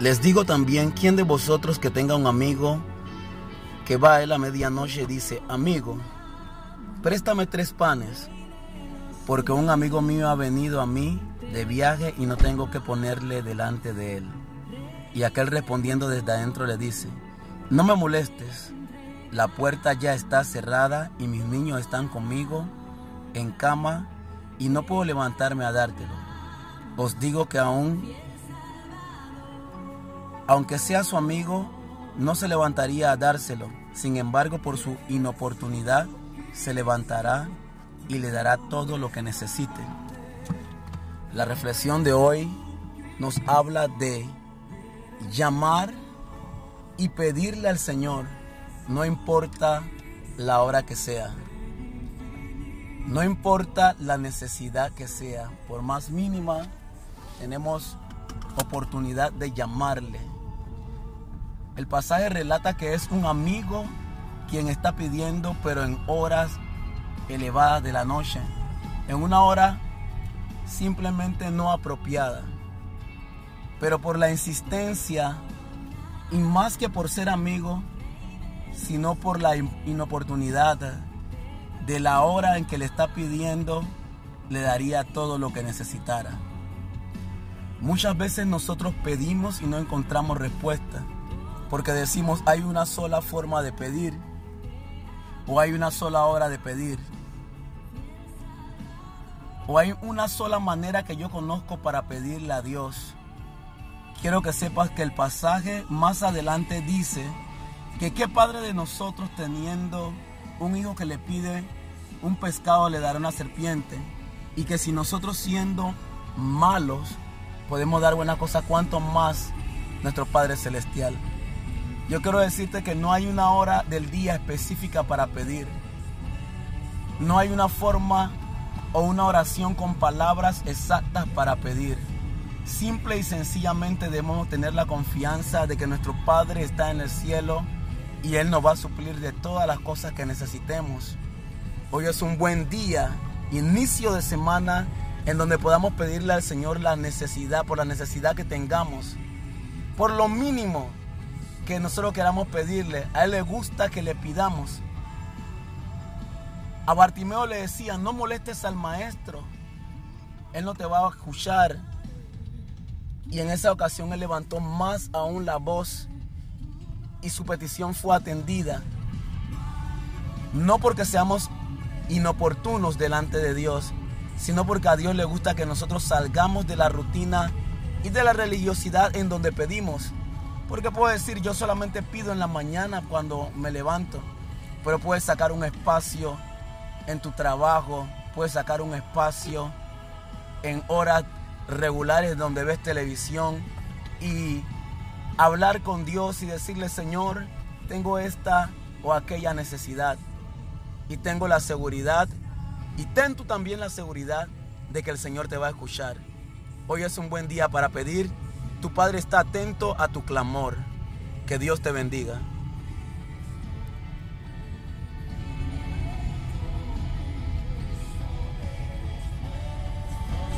Les digo también, ¿quién de vosotros que tenga un amigo que va a él a medianoche y dice: amigo, préstame 3 panes, porque un amigo mío ha venido a mí de viaje y no tengo que ponerle delante de él? Y aquel respondiendo desde adentro le dice: no me molestes, la puerta ya está cerrada y mis niños están conmigo en cama y no puedo levantarme a dártelo. Os digo que aunque sea su amigo, no se levantaría a dárselo. Sin embargo, por su inoportunidad, se levantará y le dará todo lo que necesite. La reflexión de hoy nos habla de llamar y pedirle al Señor, no importa la hora que sea, no importa la necesidad que sea, por más mínima, tenemos oportunidad de llamarle. El pasaje relata que es un amigo quien está pidiendo, pero en horas elevadas de la noche, en una hora simplemente no apropiada. Pero por la insistencia, y más que por ser amigo, sino por la inoportunidad de la hora en que le está pidiendo, le daría todo lo que necesitara. Muchas veces nosotros pedimos y no encontramos respuesta, porque decimos: hay una sola forma de pedir, o hay una sola hora de pedir, o hay una sola manera que yo conozco para pedirle a Dios. Quiero que sepas que el pasaje más adelante dice que qué padre de nosotros, teniendo un hijo que le pide un pescado, le dará una serpiente, y que si nosotros, siendo malos, podemos dar buenas cosas, cuánto más nuestro Padre Celestial. Yo quiero decirte que no hay una hora del día específica para pedir. No hay una forma o una oración con palabras exactas para pedir. Simple y sencillamente debemos tener la confianza de que nuestro Padre está en el cielo y Él nos va a suplir de todas las cosas que necesitemos. Hoy es un buen día, inicio de semana, en donde podamos pedirle al Señor la necesidad, por la necesidad que tengamos, por lo mínimo que nosotros queramos pedirle. A Él le gusta que le pidamos. A Bartimeo le decía: no molestes al maestro, Él no te va a escuchar. Y en esa ocasión Él levantó más aún la voz y su petición fue atendida. No porque seamos inoportunos delante de Dios, sino porque a Dios le gusta que nosotros salgamos de la rutina y de la religiosidad en donde pedimos. Porque puedo decir: yo solamente pido en la mañana cuando me levanto, pero puedes sacar un espacio en tu trabajo, puedes sacar un espacio en horas regulares donde ves televisión y hablar con Dios y decirle: Señor, tengo esta o aquella necesidad, y tengo la seguridad, y ten tú también la seguridad de que el Señor te va a escuchar. Hoy es un buen día para pedir. Tu Padre está atento a tu clamor. Que Dios te bendiga.